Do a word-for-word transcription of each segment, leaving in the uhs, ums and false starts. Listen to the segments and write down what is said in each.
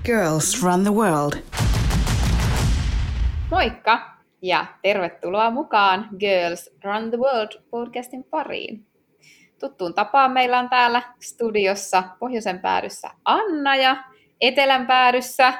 Girls run the world. Moikka ja tervetuloa mukaan Girls Run the World podcastin pariin. Tuttuun tapaan meillä on täällä studiossa pohjoisen päädyssä Anna ja etelän päädyssä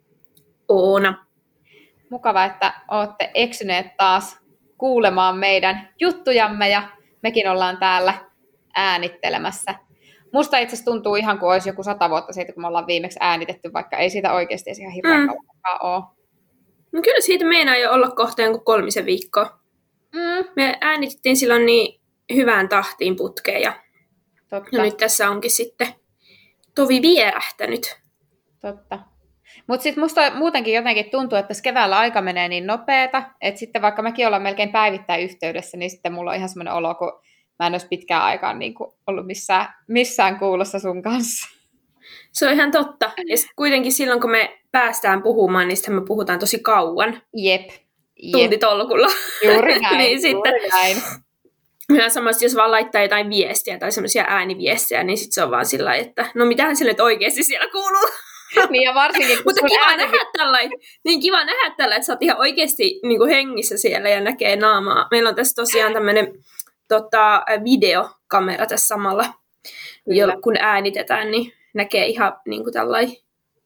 Oona. Mukava, että olette eksyneet taas kuulemaan meidän juttujamme ja mekin ollaan täällä äänittelemässä. Musta itse asiassa tuntuu ihan kuin olisi joku sata vuotta siitä, kun me ollaan viimeksi äänitetty, vaikka ei siitä oikeasti edes ihan hirveän mm. kauan ole. No kyllä siitä meinaa jo olla kohta jonkun kolmisen viikkoa. Mm. Me äänitettiin silloin niin hyvään tahtiin putkeen ja Totta. no nyt tässä onkin sitten tovi vierähtänyt. Totta. Mutta sitten musta muutenkin jotenkin tuntuu, että tässä keväällä aika menee niin nopeeta, että sitten vaikka mäkin ollaan melkein päivittäin yhteydessä, niin sitten mulla on ihan semmoinen olo, kun mä en olisi pitkään aikaan niin kuin ollut missään, missään kuulossa sun kanssa. Se on ihan totta. Ja kuitenkin silloin, kun me päästään puhumaan, niin sitten me puhutaan tosi kauan. Jep. Jep. Tuntitolkulla. Juuri näin. niin juuri sitten, näin. Ja samassa, jos vaan laittaa jotain viestiä tai semmoisia ääniviestejä, niin sitten se on vaan sillä lailla, että no mitähän se nyt oikeasti siellä kuuluu. Niin ja varsinkin, kun Mutta sun kiva ääni... nähdä tällainen, niin kiva nähdä tällä, että sä oot ihan oikeasti niin kuin hengissä siellä ja näkee naamaa. Meillä on tässä tosiaan tämmöinen tota, videokamera tässä samalla, jo, kun äänitetään, niin näkee ihan niin kuin tällainen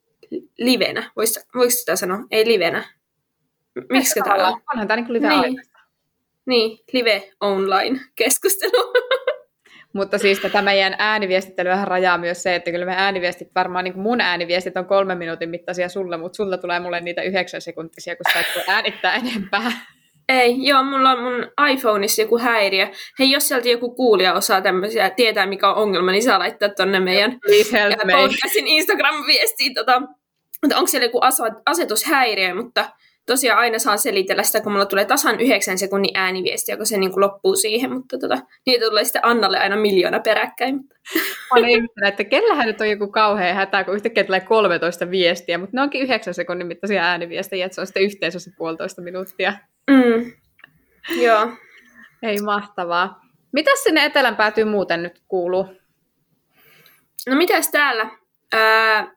livenä. Vois, voiko sitä sanoa? Ei livenä. Miksi täällä on? Onhan tämä niin kuin live niin. aikaista. Niin, live online keskustelu. Mutta siis tätä meidän ääniviestittelyä rajaa myös se, että kyllä me ääniviestit varmaan, niin kuin mun ääniviestit on kolmen minuutin mittaisia sulle, mutta sulla tulee mulle niitä yhdeksän sekuntisia, kun sä et voi äänittää enempää. Ei, joo, mulla on mun iPhoneissa joku häiriö. Hei, jos sieltä joku kuulija osaa tämmöisiä, tietää mikä on ongelma, niin saa laittaa tonne meidän podcastin Instagram-viestiin. Tota, mutta onko siellä joku asetushäiriö, mutta tosiaan aina saa selitellä sitä, kun mulla tulee tasan yhdeksän sekunnin ääniviestiä, kun se niin kuin loppuu siihen, mutta tota, niitä tulee sitten Annalle aina miljoona peräkkäin. Mä olen ihmettänyt, että kellähän nyt on joku kauhea hätä, kun yhtäkkiä tulee kolmetoista viestiä, mutta ne onkin yhdeksän sekunnin mittaisia ääniviestejä, että se on sitten yhteensä se puolitoista minuuttia. Mm. Joo. Ei mahtavaa. Mitäs sinne etelän päätyy muuten nyt kuuluu? No mitäs täällä? Ää,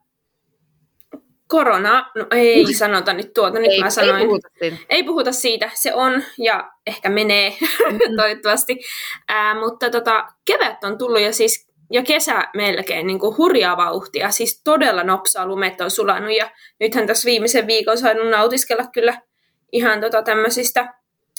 korona, no ei mm. sanota nyt tuota, nyt ei, mä sanoin. Ei puhuta siitä. Ei puhuta siitä, se on ja ehkä menee mm-hmm. toivottavasti. Ää, mutta tota, kevät on tullut ja siis ja kesä melkein niin kuin hurjaa vauhtia, siis todella nopsaa, lumet on sulanut ja nythän tässä viimeisen viikon saanut nautiskella kyllä ihan tota tämmöisistä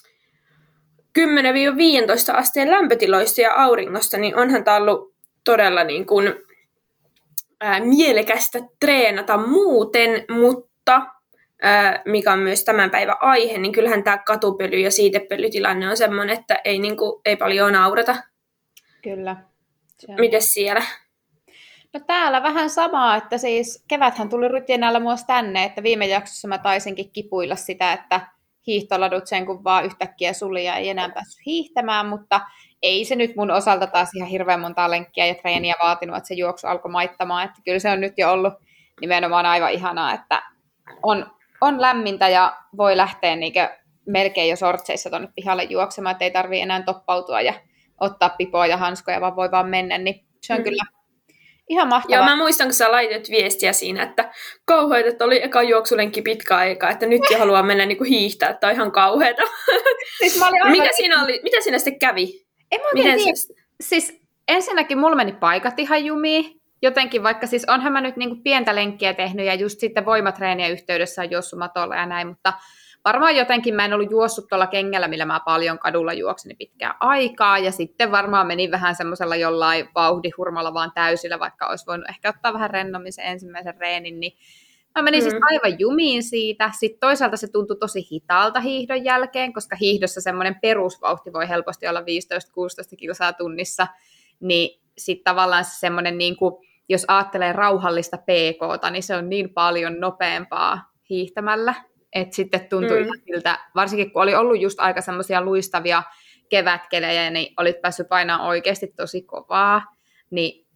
kymmenen viisitoista asteen lämpötiloista ja auringosta, niin onhan tämä ollut todella niin kuin, ää, mielekästä treenata muuten, mutta ää, mikä on myös tämän päivän aihe, niin kyllähän tämä katupöly- ja siitepölytilanne on semmoinen, että ei, niin kuin, ei paljon naurata. Kyllä. Mites siellä? No täällä vähän samaa, että siis keväthän tuli rytinällä myös tänne, että viime jaksossa mä taisinkin kipuilla sitä, että hiihtoladut sen kun vaan yhtäkkiä suli ja ei enää päässyt hiihtämään, mutta ei se nyt mun osalta taas ihan hirveän montaa lenkkiä ja treeniä vaatinut, että se juoksu alkoi maittamaan, että kyllä se on nyt jo ollut nimenomaan aivan ihanaa, että on, on lämmintä ja voi lähteä niinkö melkein jo sortseissa tuonne pihalle juoksemaan, että ei tarvitse enää toppautua ja ottaa pipoa ja hanskoja, vaan voi vaan mennä, niin se on mm. kyllä ihan mahtavaa. Joo, mä muistan, kun sä laitat viestiä siinä, että kauheat, että oli eka juoksulenkki pitkä aika, että nyt jo haluaa mennä niinku hiihtää, että on ihan kauheata. Siis mä olin aivan... Mikä siinä oli? Mitä siinä sitten kävi? En mä oikein tiedä. Siis ensinnäkin mulla meni paikat ihan jumiin. Jotenkin vaikka siis onhan mä nyt niinku pientä lenkkiä tehnyt ja just sitten voimatreeniä yhteydessä on juossut matolla ja näin, mutta varmaan jotenkin mä en ollut juossut tuolla kengällä, millä mä paljon kadulla juoksin pitkään aikaa, ja sitten varmaan meni vähän semmoisella jollain vauhdihurmalla vaan täysillä, vaikka olisi voinut ehkä ottaa vähän rennommin sen ensimmäisen reenin, niin mä menin mm. siis aivan jumiin siitä. Sitten toisaalta se tuntui tosi hitaalta hiihdon jälkeen, koska hiihdossa semmoinen perusvauhti voi helposti olla viisitoista kuusitoista kilsaa tunnissa, niin sitten tavallaan se semmoinen, niin kuin, jos ajattelee rauhallista P K:ta, niin se on niin paljon nopeampaa hiihtämällä. Että sitten tuntui mm. ihan siltä, varsinkin kun oli ollut just aika semmoisia luistavia kevätkelejä, niin olit päässyt painamaan oikeasti tosi kovaa, niin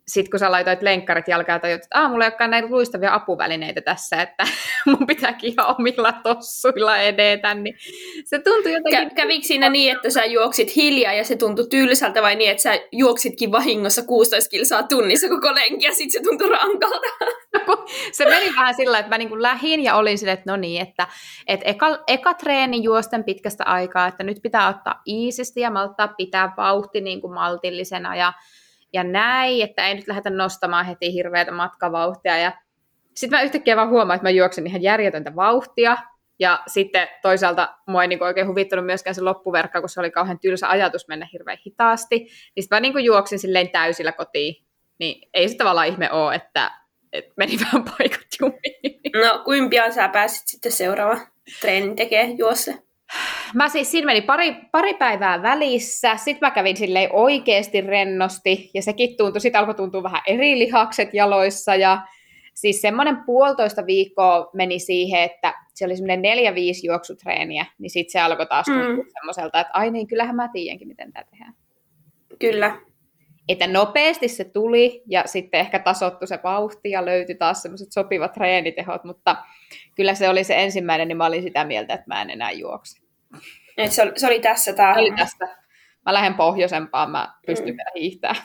sitten kun sä laitoit lenkkarit jalkaan, tai että aah, mulla ei olekaan näitä luistavia apuvälineitä tässä, että mun pitääkin ihan omilla tossuilla edetä, niin se tuntui jotenkin... Kä- kävikö siinä niin, että sä juoksit hiljaa ja se tuntui tylsältä, vai niin, että sä juoksitkin vahingossa kuusitoista kilsaa tunnissa koko lenki ja sitten se tuntui rankalta? No, se meni vähän sillä, että mä niin kuin lähdin ja olin sille, että no niin, että, että eka, eka treeni juosten pitkästä aikaa, että nyt pitää ottaa iisisti ja malttaa pitää vauhti niin kuin maltillisena ja Ja näin, että ei nyt lähdetä nostamaan heti hirveätä matkavauhtia. Ja sitten mä yhtäkkiä vaan huomaan, että mä juoksen ihan järjetöntä vauhtia. Ja sitten toisaalta mua ei niinku oikein huvittanut myöskään se loppuverkka, kun se oli kauhean tylsä ajatus mennä hirveän hitaasti. Niin sitten mä niinku juoksin silleen täysillä kotiin. Niin ei se tavallaan ihme ole, että, että meni vähän paikat jumiin. No, kuinka pian sä pääsit sitten seuraava treenin tekemään juosse? Mä siis, siinä meni pari, pari päivää välissä, sitten mä kävin silleen oikeasti rennosti, ja sekin tuntui, sitten alkoi tuntua vähän eri lihakset jaloissa, ja siis semmoinen puolitoista viikkoa meni siihen, että se oli semmoinen neljä viisi juoksutreeniä, niin sitten se alkoi taas tuntua mm. semmoiselta, että ai niin, kyllähän mä tiedänkin, miten tämä tehdään. Kyllä. Että nopeasti se tuli, ja sitten ehkä tasoittui se vauhti, ja löytyi taas semmoiset sopivat treenitehot, mutta kyllä se oli se ensimmäinen, niin mä olin sitä mieltä, että mä en enää juokse. Et se, oli, se oli tässä tämä. Se oli tässä. Mä lähden pohjoisempaan, mä pystyn mm. vielä hiihtämään.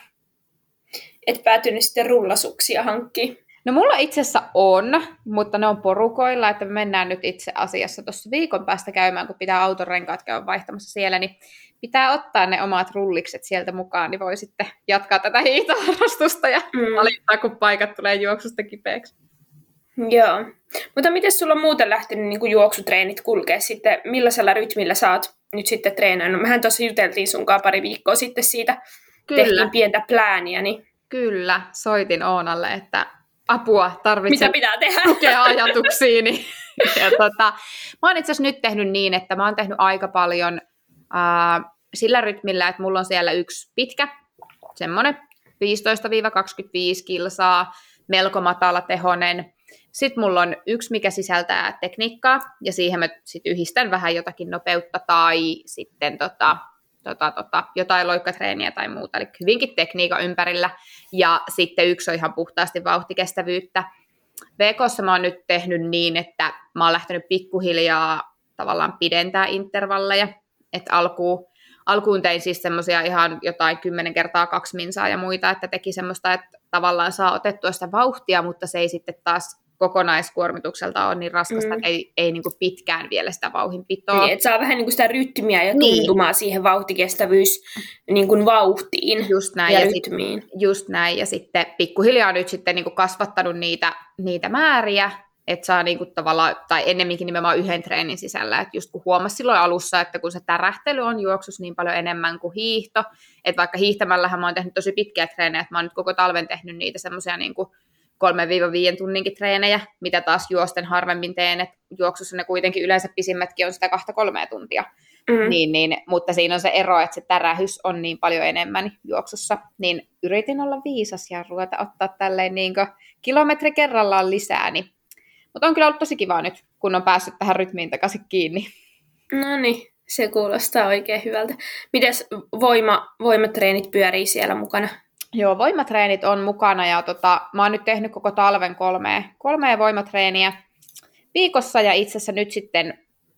Et päätynyt sitten rullasuksia hankkiin? No mulla itse asiassa on, mutta ne on porukoilla, että me mennään nyt itse asiassa tuossa viikon päästä käymään, kun pitää autorenkaat käydä vaihtamassa siellä, niin pitää ottaa ne omat rullikset sieltä mukaan, niin voi sitten jatkaa tätä hiihtoharrastusta ja mm. valittaa, kun paikat tulee juoksusta kipeäksi. Joo. Mutta miten sulla on muuten lähtenyt niin kuin juoksutreenit kulkea sitten? Millaisella rytmillä sä oot nyt sitten treenannut? Mehän tuossa juteltiin sunkaan pari viikkoa sitten siitä. Kyllä. Tehtiin pientä plääniä. Niin... Kyllä, soitin Oonalle, että apua tarvitsen. Mitä pitää tehdä? Tukea ajatuksiini. Ja tota, mä oon itse asiassa nyt tehnyt niin, että mä oon tehnyt aika paljon äh, sillä rytmillä, että mulla on siellä yksi pitkä, semmoinen viisitoista kaksikymmentäviisi kilsaa, melko matala tehonen. Sitten mulla on yksi, mikä sisältää tekniikkaa, ja siihen mä sit yhdistän vähän jotakin nopeutta tai sitten tota, tota, tota, jotain loikkatreeniä tai muuta, eli hyvinkin tekniikan ympärillä. Ja sitten yksi on ihan puhtaasti vauhtikestävyyttä. V K:ssa mä oon nyt tehnyt niin, että mä oon lähtenyt pikkuhiljaa tavallaan pidentää intervalleja, että alkuun, alkuun tein siis semmoisia ihan jotain kymmenen kertaa kaksi minsaa ja muita, että teki semmoista, että tavallaan saa otettua sitä vauhtia, mutta se ei sitten taas kokonaiskuormitukselta on niin raskasta, mm. että ei, ei niin kuin pitkään vielä sitä vauhinpitoa. Niin, että saa vähän niin kuin sitä rytmiä ja tuntumaa niin. Siihen vauhtikestävyys niin kuin vauhtiin just näin, ja, ja rytmiin. Sit, just näin, ja sitten pikkuhiljaa nyt sitten niin kuin kasvattanut niitä, niitä määriä, että saa niin kuin tavallaan, tai ennemminkin nimenomaan yhden treenin sisällä, että just kun huomasi silloin alussa, että kun se tärähtely on juoksussa niin paljon enemmän kuin hiihto, että vaikka hiihtämällähän mä oon tehnyt tosi pitkiä treenejä, että mä oon nyt koko talven tehnyt niitä semmoisia niin kuin kolme viiden tunninkin treenejä, mitä taas juosten harvemmin teen, että juoksussa ne kuitenkin yleensä pisimmätkin on sitä kahta kolmea tuntia. Mm-hmm. Niin, niin, mutta siinä on se ero, että se tärähys on niin paljon enemmän juoksussa, niin yritin olla viisas ja ruveta ottaa tälleen niin kuin kilometri kerrallaan lisää, niin. Mutta on kyllä ollut tosi kiva nyt, kun on päässyt tähän rytmiin takaisin kiinni. No niin, se kuulostaa oikein hyvältä. Mites voima, voimatreenit pyörii siellä mukana? Joo, voimatreenit on mukana ja tota, mä oon nyt tehnyt koko talven kolmea, kolmea voimatreeniä viikossa ja itse asiassa nyt sitten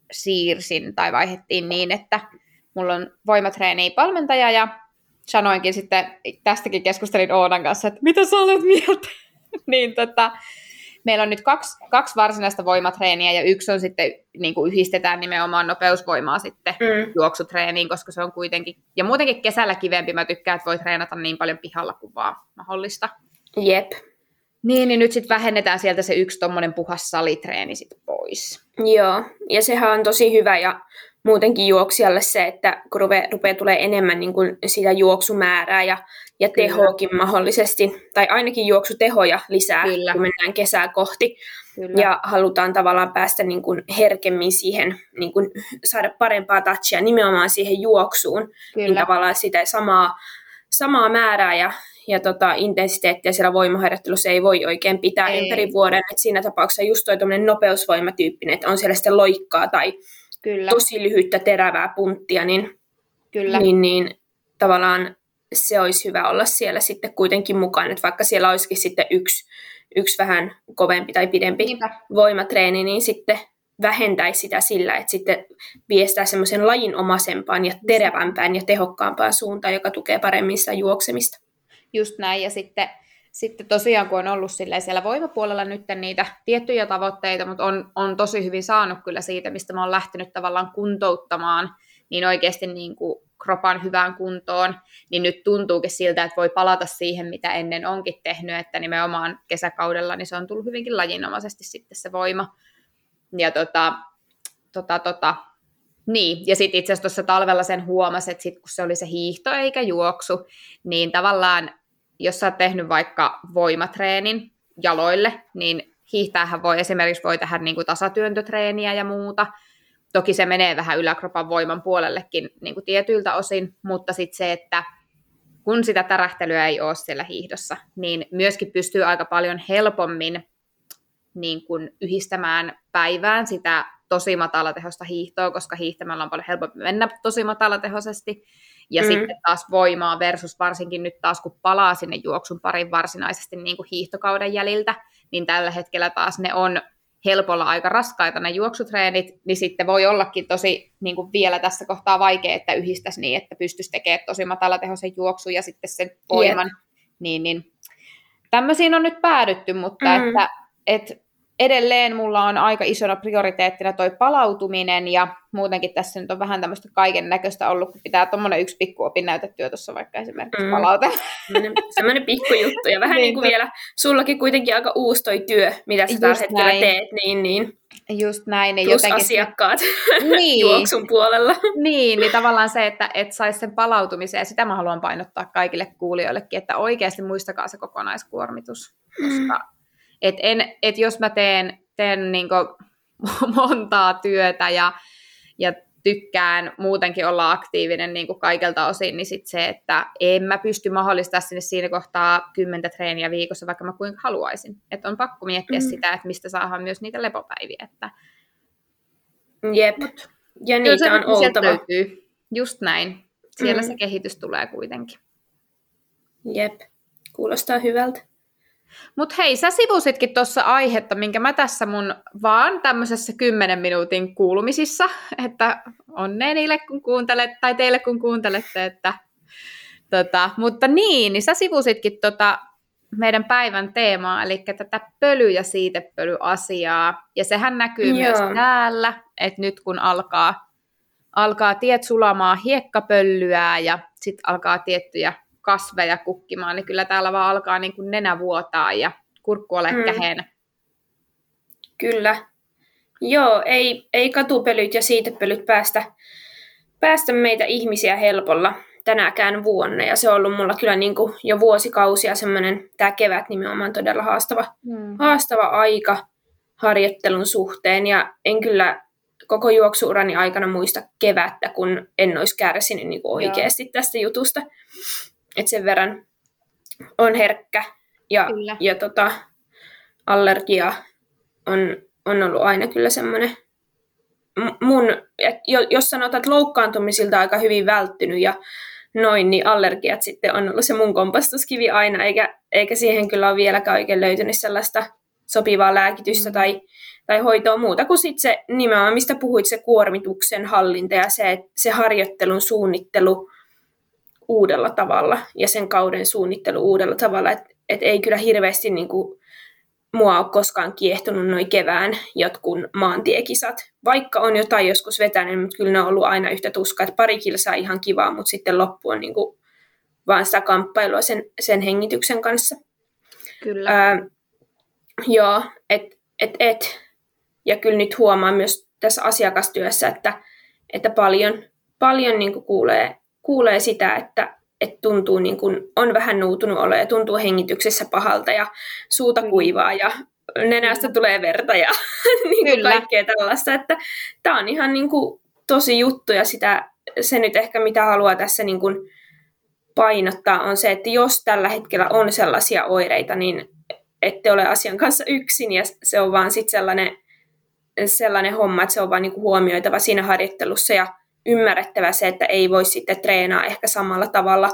siirsin tai vaihdettiin niin, että mulla on voimatreeni valmentaja ja sanoinkin sitten, tästäkin keskustelin Oonan kanssa, että mitä sä olet mieltä? niin tota, meillä on nyt kaksi, kaksi varsinaista voimatreeniä ja yksi on sitten, niin kuin yhdistetään nimenomaan nopeusvoimaa sitten mm. juoksutreeniin, koska se on kuitenkin, ja muutenkin kesällä kivempi, mä tykkään, että voi treenata niin paljon pihalla kuin vaan mahdollista. Jep. Niin, niin nyt sitten vähennetään sieltä se yksi tommonen puhas salitreeni sitten pois. Joo, ja sehän on tosi hyvä ja muutenkin juoksijalle se, että kun rupeaa, rupeaa tulee enemmän niin kuin sitä juoksumäärää ja, ja tehoakin mahdollisesti, tai ainakin juoksutehoja lisää, Kyllä. kun mennään kesää kohti. Kyllä. Ja halutaan tavallaan päästä niin kuin herkemmin siihen, niin kuin saada parempaa touchia nimenomaan siihen juoksuun, Kyllä. niin tavallaan sitä samaa, samaa määrää ja, ja tota, intensiteettiä siellä voimaharjoittelussa ei voi oikein pitää ei. ympäri vuoden. Et siinä tapauksessa just toi nopeusvoimatyyppinen, että on siellä sitten loikkaa tai Kyllä. tosi lyhyttä terävää punttia, niin, Kyllä. niin, niin tavallaan se olisi hyvä olla siellä sitten kuitenkin mukaan, että vaikka siellä olisikin sitten yksi, yksi vähän kovempi tai pidempi Niinpä. voimatreeni, niin sitten vähentäisi sitä sillä, että sitten viestää semmoisen lajinomaisempaan ja terävämpään ja tehokkaampaan suuntaan, joka tukee paremmin sitä juoksemista. Just näin, ja sitten, sitten tosiaan kun on ollut siellä voimapuolella nyt niitä tiettyjä tavoitteita, mutta on, on tosi hyvin saanut kyllä siitä, mistä mä oon lähtenyt tavallaan kuntouttamaan, niin oikeasti niin kuin kropan hyvään kuntoon, niin nyt tuntuukin siltä, että voi palata siihen, mitä ennen onkin tehnyt, että nimenomaan kesäkaudella niin se on tullut hyvinkin lajinomaisesti sitten se voima. Ja tota, tota, tota, niin, ja sitten itse asiassa tuossa talvella sen huomasi, että sit kun se oli se hiihto eikä juoksu, niin tavallaan, jos sä oot tehnyt vaikka voimatreenin jaloille, niin hiihtäähän voi esimerkiksi voi tehdä niinku tasatyöntötreeniä ja muuta. Toki se menee vähän yläkropan voiman puolellekin niinku tietyiltä osin, mutta sitten se, että kun sitä tärähtelyä ei ole siellä hiihdossa, niin myöskin pystyy aika paljon helpommin niin kuin yhdistämään päivään sitä tosi matalatehosta hiihtoa, koska hiihtämällä on paljon helpompi mennä tosi matalatehoisesti. Ja mm. sitten taas voimaa versus varsinkin nyt taas, kun palaa sinne juoksun parin varsinaisesti niin kuin hiihtokauden jäljiltä, niin tällä hetkellä taas ne on helpolla aika raskaita ne juoksutreenit, niin sitten voi ollakin tosi niin kuin vielä tässä kohtaa vaikea, että yhdistäisi niin, että pystyisi tekemään tosi matalatehoisen juoksun ja sitten sen voiman. Yep. Niin, niin. Tämmöisiin on nyt päädytty, mutta mm. että et edelleen mulla on aika isona prioriteettina toi palautuminen, ja muutenkin tässä nyt on vähän tämmöistä kaiken näköistä ollut, kun pitää tommonen yksi pikku opinnäytetyö tuossa vaikka esimerkiksi mm. palautella. Semmoinen pikkujuttu, ja vähän niin kuin vielä, sullakin kuitenkin aika uusi toi työ, mitä sä tällä hetkellä näin. teet, niin, niin. Just näin. Niin plus jotenkin asiakkaat niin. juoksun puolella. Niin, niin tavallaan se, että et saisi sen palautumisen, ja sitä mä haluan painottaa kaikille kuulijoillekin, että oikeasti muistakaa se kokonaiskuormitus, koska mm. Et, en, et jos mä teen, teen niinku montaa työtä ja, ja tykkään muutenkin olla aktiivinen niinku kaikelta osin, niin sit se, että en mä pysty mahdollistamaan sinne siinä kohtaa kymmentä treeniä viikossa, vaikka mä kuinka haluaisin. Että on pakko miettiä mm. sitä, että mistä saadaan myös niitä lepopäiviä. Että... Jep, Mut, ja niitä se, on oltava. Löytyy. Just näin. Siellä mm. se kehitys tulee kuitenkin. Jep, kuulostaa hyvältä. Mutta hei, sä sivusitkin tuossa aihetta, minkä mä tässä mun vaan tämmöisessä kymmenen minuutin kuulumisissa, että onnea niille kun kuuntelet, tai teille kun kuuntelette, että tota, mutta niin, niin sä sivusitkin tota meidän päivän teemaa, eli tätä pöly- ja siitepölyasiaa, ja sehän näkyy Joo. myös täällä, että nyt kun alkaa, alkaa tiet sulamaan hiekkapöllyä, ja sitten alkaa tiettyjä kasveja kukkimaan, niin kyllä täällä vaan alkaa niin kuin nenä vuotaa ja kurkku ole mm. käheenä. Kyllä. Joo, ei, ei katupölyt ja siitepölyt päästä, päästä meitä ihmisiä helpolla tänäkään vuonna. Ja se on ollut mulla kyllä niin kuin jo vuosikausia semmoinen, tämä kevät nimenomaan todella haastava, mm. haastava aika harjoittelun suhteen. Ja en kyllä koko juoksuurani aikana muista kevättä, kun en olisi kärsinyt niin kuin oikeasti Joo. tästä jutusta. Että sen verran on herkkä ja, ja tota, allergia on, on ollut aina kyllä semmoinen mun, jos sanotaan, että loukkaantumisilta aika hyvin välttynyt ja noin, niin allergiat sitten on ollut se mun kompastuskivi aina, eikä, eikä siihen kyllä ole vieläkään oikein löytynyt sellaista sopivaa lääkitystä mm. tai, tai hoitoa muuta kuin sitten se nimenomaan, mistä puhuit, se kuormituksen hallinta ja se, se harjoittelun suunnittelu uudella tavalla ja sen kauden suunnittelu uudella tavalla, että et ei kyllä hirveästi niin kuin, mua ole koskaan kiehtonut noin kevään jotkut maantiekisat, vaikka on jotain joskus vetänyt, mutta kyllä ne on ollut aina yhtä tuskaa, että pari kilsaa ihan kivaa, mutta sitten loppu on niin kuin, vaan sitä kamppailua sen, sen hengityksen kanssa. Kyllä. Ää, joo, et, et, et. Ja kyllä nyt huomaan myös tässä asiakastyössä, että, että paljon, paljon niin kuin kuulee kuulee sitä, että, että tuntuu niin kuin on vähän nuutunut olo ja tuntuu hengityksessä pahalta ja suuta kuivaa ja nenästä tulee verta ja niin kuin kaikkea tällaista. Että tämä on ihan niin kuin tosi juttu ja sitä, se nyt ehkä mitä haluaa tässä niin kuin painottaa on se, että jos tällä hetkellä on sellaisia oireita, niin ette ole asian kanssa yksin ja se on vaan sitten sellainen, sellainen homma, että se on vaan niin kuin huomioitava siinä harjoittelussa ja ymmärrettävä se, että ei voi sitten treenaa ehkä samalla tavalla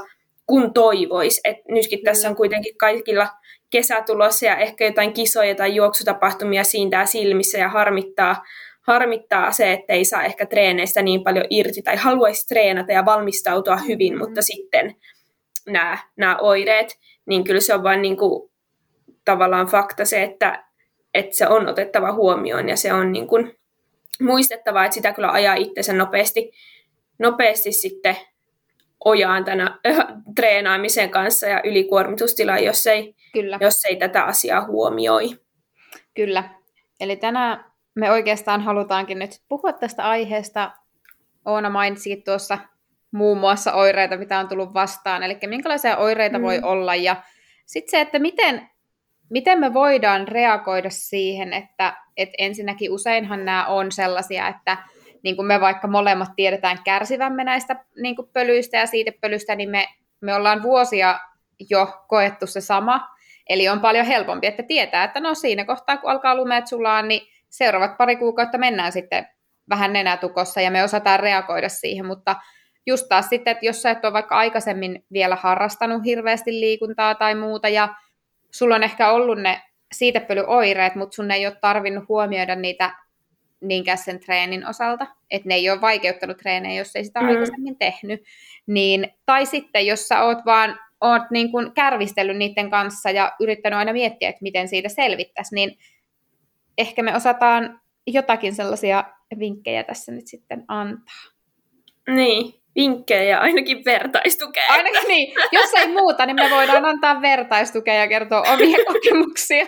kun toivoisi. Et nytkin tässä on kuitenkin kaikilla kesä tulossa ja ehkä jotain kisoja tai juoksutapahtumia siintää silmissä ja harmittaa, harmittaa se, että ei saa ehkä treeneistä niin paljon irti tai haluaisi treenata ja valmistautua hyvin, mm-hmm. mutta sitten nämä, nämä oireet, niin kyllä se on vain niin kuin tavallaan fakta se, että, että se on otettava huomioon ja se on niin kuin muistettava, että sitä kyllä ajaa itsensä nopeasti, nopeasti sitten ojaan tänä äh, treenaamisen kanssa ja ylikuormitustilaan, jos ei, Kyllä. jos ei tätä asiaa huomioi. Kyllä. Eli tänään me oikeastaan halutaankin nyt puhua tästä aiheesta. Oona mainitsi tuossa muun muassa oireita, mitä on tullut vastaan. Eli minkälaisia oireita mm. voi olla. Ja sitten se, että miten, miten me voidaan reagoida siihen, että, että ensinnäkin useinhan nämä on sellaisia, että niin kuin me vaikka molemmat tiedetään kärsivämme näistä niin kuin pölyistä ja siitepölystä, niin me, me ollaan vuosia jo koettu se sama. Eli on paljon helpompi, että tietää, että no siinä kohtaa, kun alkaa lumeet sulaa, niin seuraavat pari kuukautta mennään sitten vähän nenätukossa ja me osataan reagoida siihen. Mutta just taas sitten, että jos sä et ole vaikka aikaisemmin vielä harrastanut hirveästi liikuntaa tai muuta ja sulla on ehkä ollut ne siitepölyoireet, mutta sun ei ole tarvinnut huomioida niitä niinkään sen treenin osalta, että ne ei ole vaikeuttanut treenejä, jos ei sitä mm. aikaisemmin tehnyt. Niin, tai sitten, jos sä oot vaan oot niin kuin kärvistellyt niiden kanssa ja yrittänyt aina miettiä, että miten siitä selvittäisi, niin ehkä me osataan jotakin sellaisia vinkkejä tässä nyt sitten antaa. Niin, vinkkejä ja ainakin vertaistukea. Ainakin niin. Jos ei muuta, niin me voidaan antaa vertaistukea ja kertoa omia kokemuksia.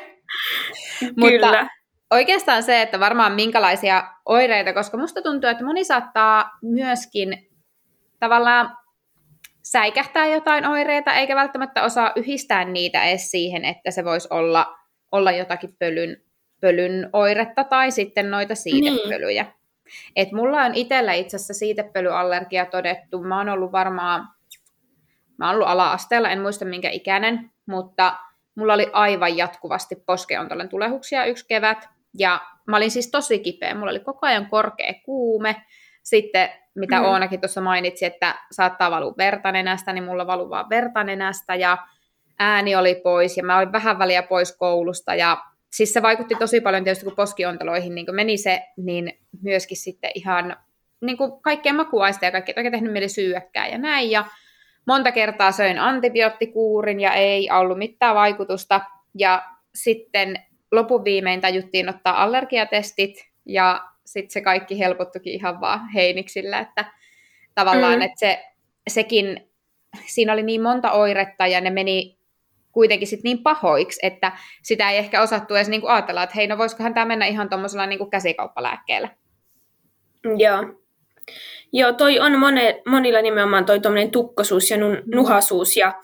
Kyllä. Mutta oikeastaan se, että varmaan minkälaisia oireita, koska musta tuntuu, että moni saattaa myöskin tavallaan säikähtää jotain oireita, eikä välttämättä osaa yhdistää niitä edes siihen, että se voisi olla, olla jotakin pölyn, pölyn oiretta tai sitten noita siitepölyjä. Niin. Et mulla on itsellä itse asiassa siitepölyallergia todettu. Mä oon ollut varmaan, mä oon ollut ala-asteella, en muista minkä ikäinen, mutta mulla oli aivan jatkuvasti poskeontolen tulehuksia yksi kevät. Ja mä olin siis tosi kipeä. Mulla oli koko ajan korkea kuume. Sitten, mitä mm. Oonakin tuossa mainitsi, että saattaa valua verta nenästä, niin mulla valuu vaan verta nenästä. Ja ääni oli pois ja mä olin vähän väliä pois koulusta. Ja siis se vaikutti tosi paljon tietysti, kun poskiontoloihin niin kun meni se, niin myöskin sitten ihan niin kuin kaikkea makuaista ja kaikkea, oikein tehnyt mieli syökkää ja näin. Ja monta kertaa söin antibioottikuurin ja ei ollut mitään vaikutusta. Ja sitten lopun viimein tajuttiin ottaa allergiatestit ja sitten se kaikki helpottukin ihan vaan heiniksillä, että tavallaan, mm. että se, sekin, siinä oli niin monta oiretta ja ne meni kuitenkin sitten niin pahoiksi, että sitä ei ehkä osattu edes niinku ajatella, että hei, no voisikohan tämä mennä ihan tuommoisella niinku käsikauppalääkkeellä. Joo. Joo, toi on mone, monilla nimenomaan toi tuommoinen tukkosuus ja nun, nuhasuus ja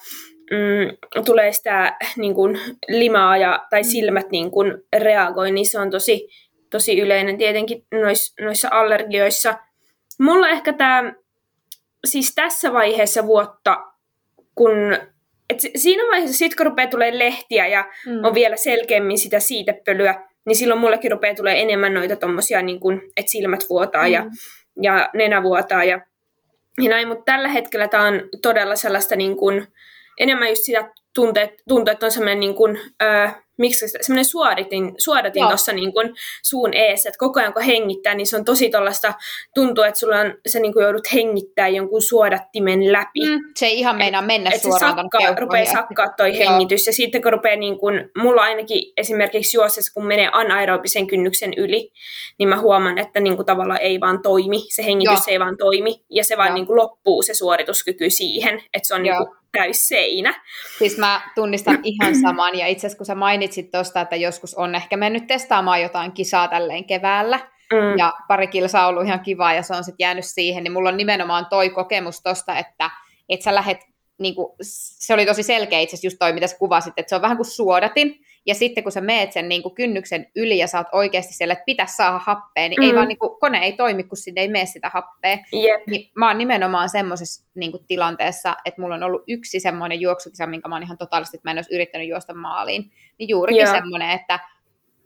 mm, tulee sitä niin kuin limaa ja, tai silmät niin kuin reagoi, niin se on tosi, tosi yleinen tietenkin nois, noissa allergioissa. Mulla ehkä tämä, siis tässä vaiheessa vuotta, kun et siinä vaiheessa, sit kun rupeaa tulee lehtiä ja mm. on vielä selkeämmin sitä siitepölyä, niin silloin mullekin rupeaa tulee enemmän noita tommosia, niin kun, että silmät vuotaa mm. ja, ja nenä vuotaa ja, ja näin. Mutta tällä hetkellä tämä on todella sellaista niin kun, enemmän just sitä tunteet, tuntuu, että on semmoinen niin kun, öö, miksi semmoinen suoritin, suodatin tuossa niin kun suun eessä, että koko ajan kun hengittää, niin se on tosi tollaista, tuntuu, että sulla on, sä niin kun joudut hengittää jonkun suodattimen läpi. Mm, se ei ihan meinaa mennä et, suoraan. Että se sakkaa, rupeaa sakkaa toi Joo. hengitys, ja sitten kun rupeaa niin kun, mulla ainakin esimerkiksi juostessa, kun menee anaerobisen kynnyksen yli, niin mä huomaan, että niin kun tavallaan ei vaan toimi, se hengitys Joo. ei vaan toimi, ja se vaan niin kun loppuu se suorituskyky siihen, että se on niin kun täys seinä. Siis mä tunnistan ihan saman, ja itse asiassa kun sä mainitsit tuosta, että joskus on ehkä mennyt testaamaan jotain kisaa tälleen keväällä, mm. ja pari kilsaa on ollut ihan kivaa, ja se on sitten jäänyt siihen, niin mulla on nimenomaan toi kokemus tosta, että et sä lähet, niinku, se oli tosi selkeä itse asiassa just toi, mitä sä kuvasit, että se on vähän kuin suodatin, ja sitten kun sä meet sen niinku kynnyksen yli, ja sä oot oikeasti siellä, että pitäisi saada happea, niin mm. ei vaan, niinku, kone ei toimi, kun sinne ei mene sitä happea. Yep. Niin mä oon nimenomaan semmoisessa niinku, tilanteessa, että mulla on ollut yksi semmoinen juoksukisa, minkä mä oon ihan totaalisesti, että mä en olisi yrittänyt juosta maaliin. Niin juurikin yeah. semmoinen, että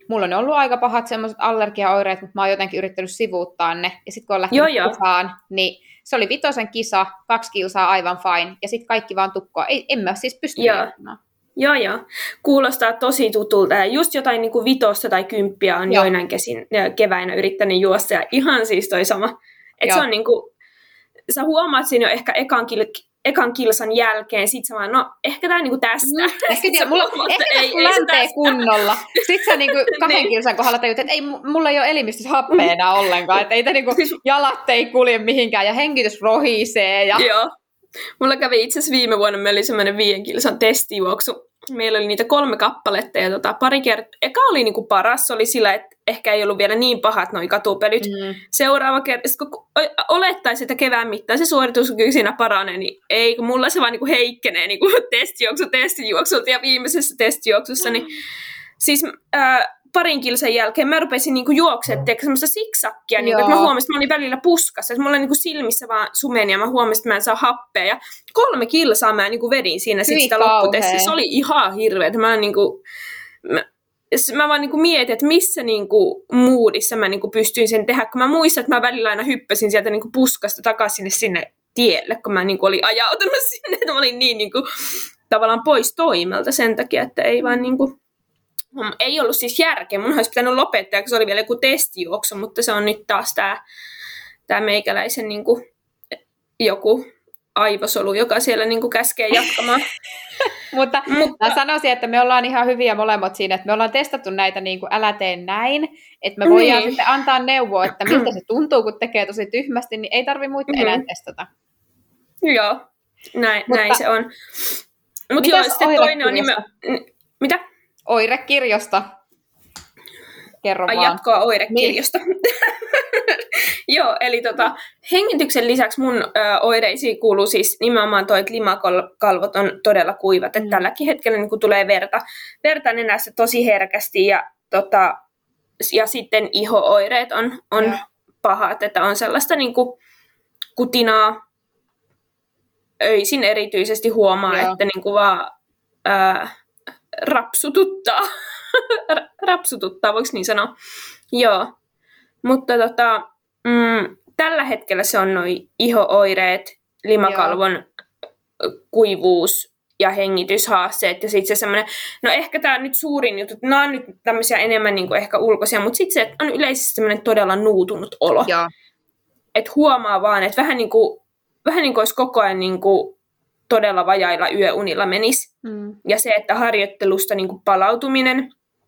mulla on ollut aika pahat semmoiset allergiaoireet, mutta mä oon jotenkin yrittänyt sivuuttaa ne. Ja sitten kun on lähtenyt Joo, joo. kisaan, niin se oli vitosen kisa, kaksi kilsaa aivan fine, ja sitten kaikki vaan tukkoa. Ei, en mä siis pysty Joo. liikkumaan. Joo, joo. Kuulostaa tosi tutulta. Ja just jotain niin kuin vitosta tai kymppiä on Joo. joinain kesin, keväinä yrittänyt juosta. Ja ihan siis toi sama. Että se on niin kuin, sä huomaat siinä jo ehkä ekan, kil- ekan kilsan jälkeen. Sit sä vaan, no ehkä tää niinku tästä. Mm, ehkä tiedä, mulla, ehkä ei, tässä ei läntee kunnolla. Sitten sä niinku kahden Niin. kilsan kohdalla tajut, että ei, mulla ei ole elimistössä happea enää ollenkaan. Että ei te niinku, jalat ei kulje mihinkään ja hengitys rohisee. Ja... Joo. Mulla kävi itse asiassa viime vuonna, meillä oli semmoinen viiden kilsan testijuoksu. Meillä oli niitä kolme kappaletta ja tota, pari kertaa. Eka oli niinku paras, oli sillä, että ehkä ei ollut vielä niin pahat noi katupelyt. Mm. Seuraava kerta, kun olettaisiin, että kevään mittaan se suorituskyky siinä paranee, niin ei, kun mulla se vaan niinku heikkenee niinku testijuoksu testijuoksulta ja viimeisessä testijuoksussa, niin siis äh, parin kilsan jälkeen mä rupesin niinku juoksemaan semmoista siksakkia, niinku, että mä huomasin, että mä olin välillä puskassa, että mulla niinku silmissä vaan sumeni ja mä huomasin, että mä en saa happea. Ja kolme kilsaa mä niinku vedin siinä sit sitä lopputestiä. Se oli ihan hirveä. Mä, niinku, mä, mä vaan niinku mietin, että missä niinku moodissa mä niinku pystyin sen tehdä, kun mä muistan, että mä välillä aina hyppäsin sieltä niinku puskasta takaisin sinne tielle, kun mä niinku olin ajautunut sinne, että mä olin niin niinku, tavallaan pois toimelta sen takia, että ei vaan niinku... Ei ollut siis järkeä. Mun olisi pitänyt lopettaa, kun se oli vielä joku testijuoksu, mutta se on nyt taas tämä tää meikäläisen niin kuin, joku aivosolu, joka siellä niin kuin käskee jatkamaan. mutta, mutta mä sanoisin, että me ollaan ihan hyviä molemmat siinä, että me ollaan testattu näitä niin kuin älä tee näin, että me voidaan niin. sitten antaa neuvoa, että miltä se tuntuu, kun tekee tosi tyhmästi, niin ei tarvitse muita mm-hmm. enää testata. Joo, näin, mutta, näin se on. Mutta joo, sitten toinen on nimen... Mitä? Oirekirjosta. Kerro Ai vaan. jatkoa oirekirjosta. Niin. Joo, eli tota, hengityksen lisäksi mun ö, oireisiin kuuluu siis nimenomaan toi, että limakalvot on todella kuivat. Mm. Että tälläkin hetkellä niin kun tulee verta, verta nenässä tosi herkästi ja, tota, ja sitten iho-oireet on, on ja. pahat, että on sellaista niin kuin kutinaa. Öisin erityisesti huomaa, ja. että niin kuin vaan... Ää, rapsututtaa. rapsututtaa, voiko niin sanoa? Joo. Mutta tota, mm, tällä hetkellä se on noi iho-oireet, limakalvon Joo. kuivuus ja hengityshaasteet. Ja sitten se semmoinen, no ehkä tämä nyt suurin juttu, nämä on nyt tämmöisiä enemmän niin kuin ehkä ulkoisia, mutta sitten se on yleisesti semmoinen todella nuutunut olo. Että huomaa vaan, että vähän niin kuin, vähän niin kuin olisi koko ajan niin kuin todella vajailla yöunilla menisi. Mm. Ja se, että harjoittelusta niin kuin palautuminen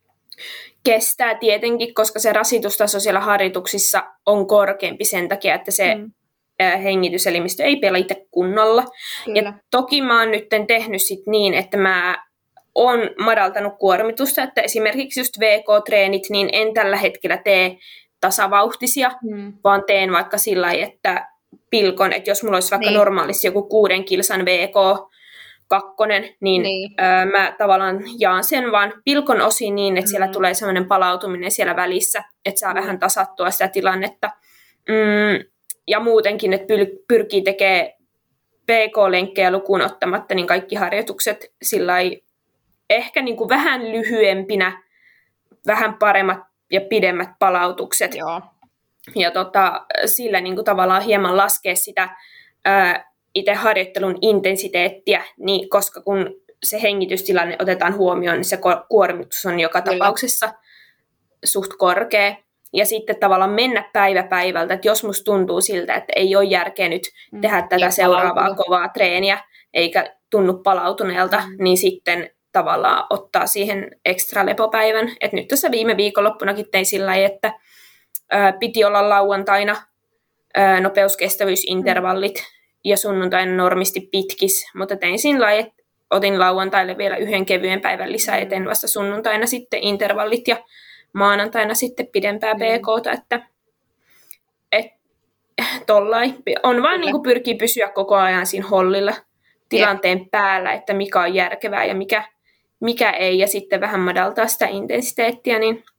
kestää tietenkin, koska se rasitustaso siellä harjoituksissa on korkeampi sen takia, että se mm. hengityselimistö ei pelaa itse kunnolla. Kyllä. Ja toki mä oon nyt tehnyt sit niin, että mä oon madaltanut kuormitusta, että esimerkiksi just V K-treenit, niin en tällä hetkellä tee tasavauhtisia, mm. vaan teen vaikka sillä lailla, että pilkon, että jos mulla olisi vaikka niin. normaalisti joku kuuden kilsan V K kakkonen, niin, niin. Öö, mä tavallaan jaan sen vaan pilkon osiin niin, että mm. siellä tulee sellainen palautuminen siellä välissä, että saa mm. vähän tasattua sitä tilannetta. Mm, ja muutenkin, että pyl- pyrkii tekemään V K-lenkkejä lukuun ottamatta, niin kaikki harjoitukset sillai ehkä niin kuin vähän lyhyempinä, vähän paremmat ja pidemmät palautukset. Joo. Ja tota, sillä niin kuin tavallaan hieman laskea sitä ää, itse harjoittelun intensiteettiä, niin koska kun se hengitystilanne otetaan huomioon, niin se kuormitus on joka Kyllä. tapauksessa suht korkea. Ja sitten tavallaan mennä päivä päivältä, että jos musta tuntuu siltä, että ei ole järkeä nyt tehdä mm, tätä seuraavaa palautunut. kovaa treeniä, eikä tunnu palautuneelta, mm. niin sitten tavallaan ottaa siihen ekstra lepopäivän. Et nyt tässä viime viikonloppunakin tein sillä lailla, että ää, piti olla lauantaina ää, nopeuskestävyysintervallit, mm. ja sunnuntaina normisti pitkis, mutta tein sillä lailla, että otin lauantaille vielä yhden kevyen päivän lisää, ja tein vasta sunnuntaina sitten intervallit, ja maanantaina sitten pidempää P K:ta, että et, tollai. On vaan niin kuin pyrkii pysyä koko ajan siinä hollilla tilanteen ja. päällä, että mikä on järkevää ja mikä, mikä ei, ja sitten vähän madaltaa sitä intensiteettiä, niin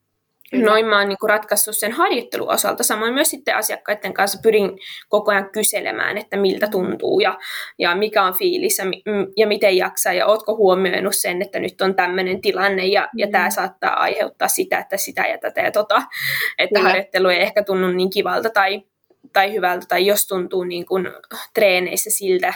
Kyllä. Noin mä oon niin kuin ratkaissut sen harjoitteluosalta. Samoin myös sitten asiakkaiden kanssa pyrin koko ajan kyselemään, että miltä tuntuu ja, ja mikä on fiilis ja, ja miten jaksaa. Ja ootko huomioinut sen, että nyt on tämmöinen tilanne ja, mm. ja tämä saattaa aiheuttaa sitä, että sitä ja tätä ja tota. Että Kyllä. harjoittelu ei ehkä tunnu niin kivalta tai, tai hyvältä. Tai jos tuntuu niin kuin treeneissä siltä,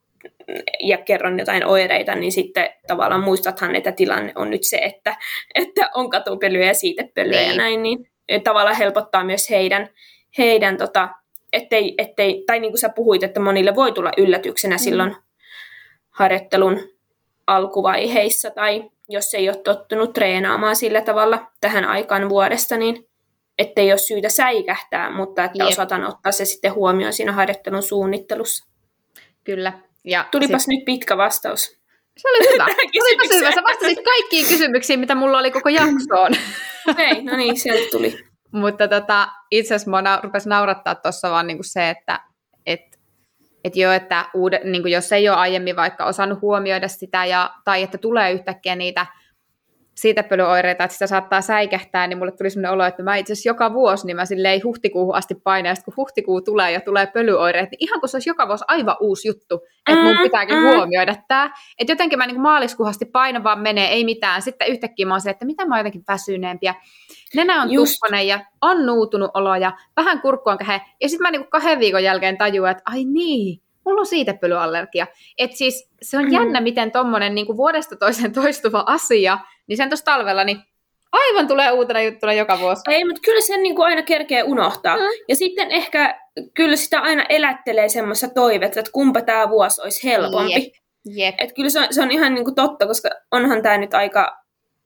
ja kerron jotain oireita, niin sitten tavallaan muistathan, että tilanne on nyt se, että, että on katupölyä ja siitepölyä ja näin, niin tavallaan helpottaa myös heidän, heidän tota, ettei, ettei, tai niin kuin sä puhuit, että monille voi tulla yllätyksenä mm. silloin harjoittelun alkuvaiheissa, tai jos ei ole tottunut treenaamaan sillä tavalla tähän aikaan vuodesta, niin ettei ole syytä säikähtää, mutta että Jep. osataan ottaa se sitten huomioon siinä harjoittelun suunnittelussa. Kyllä. Ja Tulipas sit... nyt pitkä vastaus. Se oli hyvä. Tulipas hyvä. Sä vastasit kaikkiin kysymyksiin, mitä mulla oli koko jaksoon. Okei, okay, no niin, sieltä tuli. Mutta tota, itse asiassa mua na- rupesi naurattaa tuossa vaan niinku se, että et, et jo, että uude, niinku jos ei ole aiemmin vaikka osannut huomioida sitä, ja, tai että tulee yhtäkkiä niitä siitepölyoireita, että sitä saattaa säikähtää, niin mulle tuli sellainen olo, että mä itse asiassa joka vuosi, niin mä silleen huhtikuuhun asti painan, ja sitten kun huhtikuu tulee ja tulee pölyoireet, niin ihan kun se olisi joka vuosi aivan uusi juttu, että mun pitääkin mm, mm. huomioida tämä. Että jotenkin mä niin maaliskuuhun asti painan vaan menee, ei mitään. Sitten yhtäkkiä mä oon se, että mitä mä oon jotenkin väsyneempi, ja nenä on tukkonen ja on nuutunut olo, ja vähän kurkku on kähe. Ja sitten mä niin kahden viikon jälkeen tajuan, että ai niin, mulla on siitepölyallergia. Että siis se on mm. jännä, miten tommonen niin vuodesta toiseen toistuva asia, niin sen tuossa talvella, niin aivan tulee uutena juttuna joka vuosi. Ei, mutta kyllä sen niin kuin aina kerkee unohtaa. Mm. Ja sitten ehkä kyllä sitä aina elättelee semmoista toivetta, että kumpa tämä vuosi olisi helpompi. Jep. Jep. Että kyllä se on, se on ihan niin kuin totta, koska onhan tämä nyt aika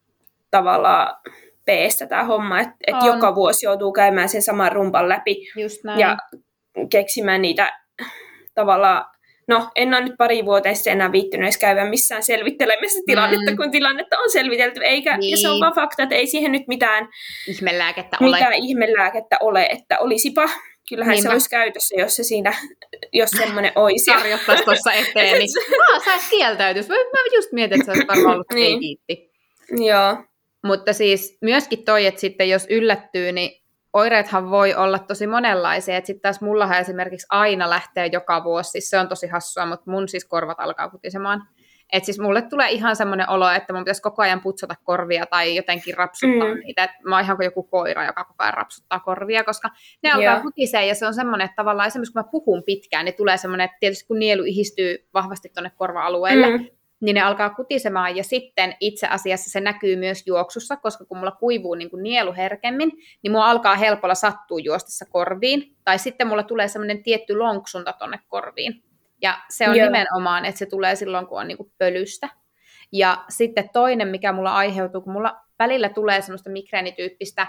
tavallaan peestä tämä homma, että et joka vuosi joutuu käymään sen saman rumpan läpi. Just näin. Ja keksimään niitä tavallaan. No, en ole nyt pari vuoteessa enää viittynyt edes käydä missään selvittelemässä tilannetta, mm. kun tilannetta on selvitelty. Eikä, niin. Ja se on vaan fakta, että ei siihen nyt mitään ihmelääkettä ole. Mitään ihmelääkettä ole, että olisipa. Kyllähän Niinpä. Se olisi käytössä, jos se siinä, jos semmoinen olisi. Tarjottaisi tuossa eteen, niin aa, sä et kieltäytyisi. Mä just mietin, että se olisi varmaan ollut niin. ei kiitti. Joo. Mutta siis myöskin toi, että sitten jos yllättyy, niin oireethan voi olla tosi monenlaisia, että sitten taas mullahan esimerkiksi aina lähtee joka vuosi, siis se on tosi hassua, mutta mun siis korvat alkaa kutisemaan. Että siis mulle tulee ihan semmoinen olo, että mun pitäisi koko ajan putsata korvia tai jotenkin rapsuttaa mm. niitä, että mä oon ihan kuin joku koira, joka koko ajan rapsuttaa korvia, koska ne alkaa yeah. kutisee ja se on semmoinen, että tavallaan esimerkiksi kun mä puhun pitkään, niin tulee semmoinen, että tietysti kun nielu ihistyy vahvasti tuonne korva-alueelle, mm. niin ne alkaa kutisemaan, ja sitten itse asiassa se näkyy myös juoksussa, koska kun mulla kuivuu niin kuin nielu herkemmin, niin mua alkaa helpolla sattua juostessa korviin, tai sitten mulla tulee semmoinen tietty lonksunta tonne korviin, ja se on Joo. nimenomaan, että se tulee silloin, kun on niin kuin pölystä. Ja sitten toinen, mikä mulla aiheutuu, kun mulla välillä tulee semmoista migreenityyppistä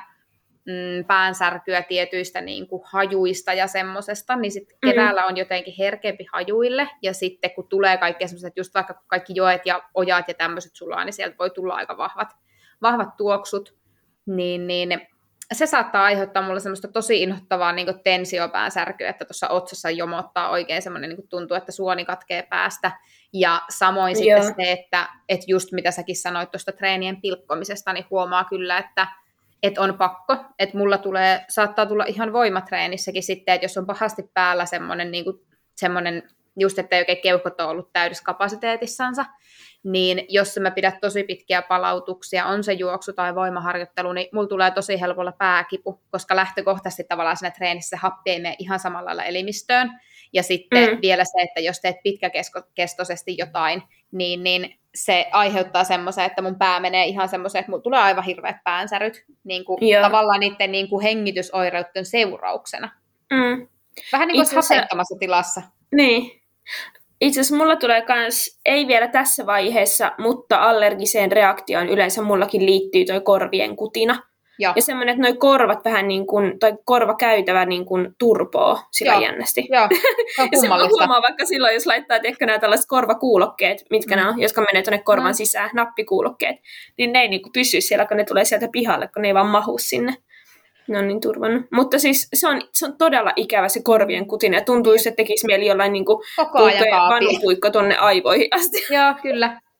mm, päänsärkyä tietyistä niin kuin hajuista ja semmosesta, niin sitten mm-hmm. keväällä on jotenkin herkempi hajuille, ja sitten kun tulee kaikki semmoiset, just vaikka kaikki joet ja ojat ja tämmöiset sulaa, niin sieltä voi tulla aika vahvat, vahvat tuoksut, niin, niin se saattaa aiheuttaa mulle semmoista tosi inhottavaa niin kuin tensiopäänsärkyä, että tuossa otsassa jomottaa oikein semmoinen, niin kuin tuntuu, että suoni katkee päästä, ja samoin Joo. sitten se, että, että just mitä säkin sanoit tuosta treenien pilkkomisesta, niin huomaa kyllä, että että on pakko, että mulla tulee, saattaa tulla ihan voimatreenissäkin sitten, että jos on pahasti päällä semmoinen, niin kuin, semmoinen just, että ei oikein keuhkot ole ollut täydessä kapasiteetissansa, niin jos mä pidän tosi pitkiä palautuksia, on se juoksu tai voimaharjoittelu, niin mulla tulee tosi helpolla pääkipu, koska lähtökohtaisesti tavallaan siinä treenissä happi ei mene ihan samalla lailla elimistöön, ja sitten mm. vielä se, että jos teet pitkäkestoisesti jotain, niin, niin se aiheuttaa semmoisen, että mun pää menee ihan semmoisen, että mulla tulee aivan hirveät päänsäryt niin kuin tavallaan niiden niin kuin hengitysoireuden seurauksena. Mm. Vähän niin kuin hapettomassa tilassa. Niin. Itse asiassa mulla tulee kans, ei vielä tässä vaiheessa, mutta allergiseen reaktioon yleensä mullakin liittyy toi korvien kutina. Joo. Ja semmoinen, että noi korvat vähän niin kuin, toi korvakäytävä niin kuin turpoo sillä Joo. jännästi. Joo, se on ja se huomaa vaikka silloin, jos laittaa ehkä nämä tällaiset korvakuulokkeet, mitkä mm. ne on, jotka menee tuonne korvan mm. sisään, nappikuulokkeet, niin ne ei niin kuin pysy siellä, kun ne tulee sieltä pihalle, kun ne ei vaan mahu sinne. Ne on niin turvannut. Mutta siis se on, se on todella ikävä se korvien kutina, ja tuntuu, että tekisi mieli jollain niin kuin vanunpuikko tuonne aivoihin asti. Joo, kyllä.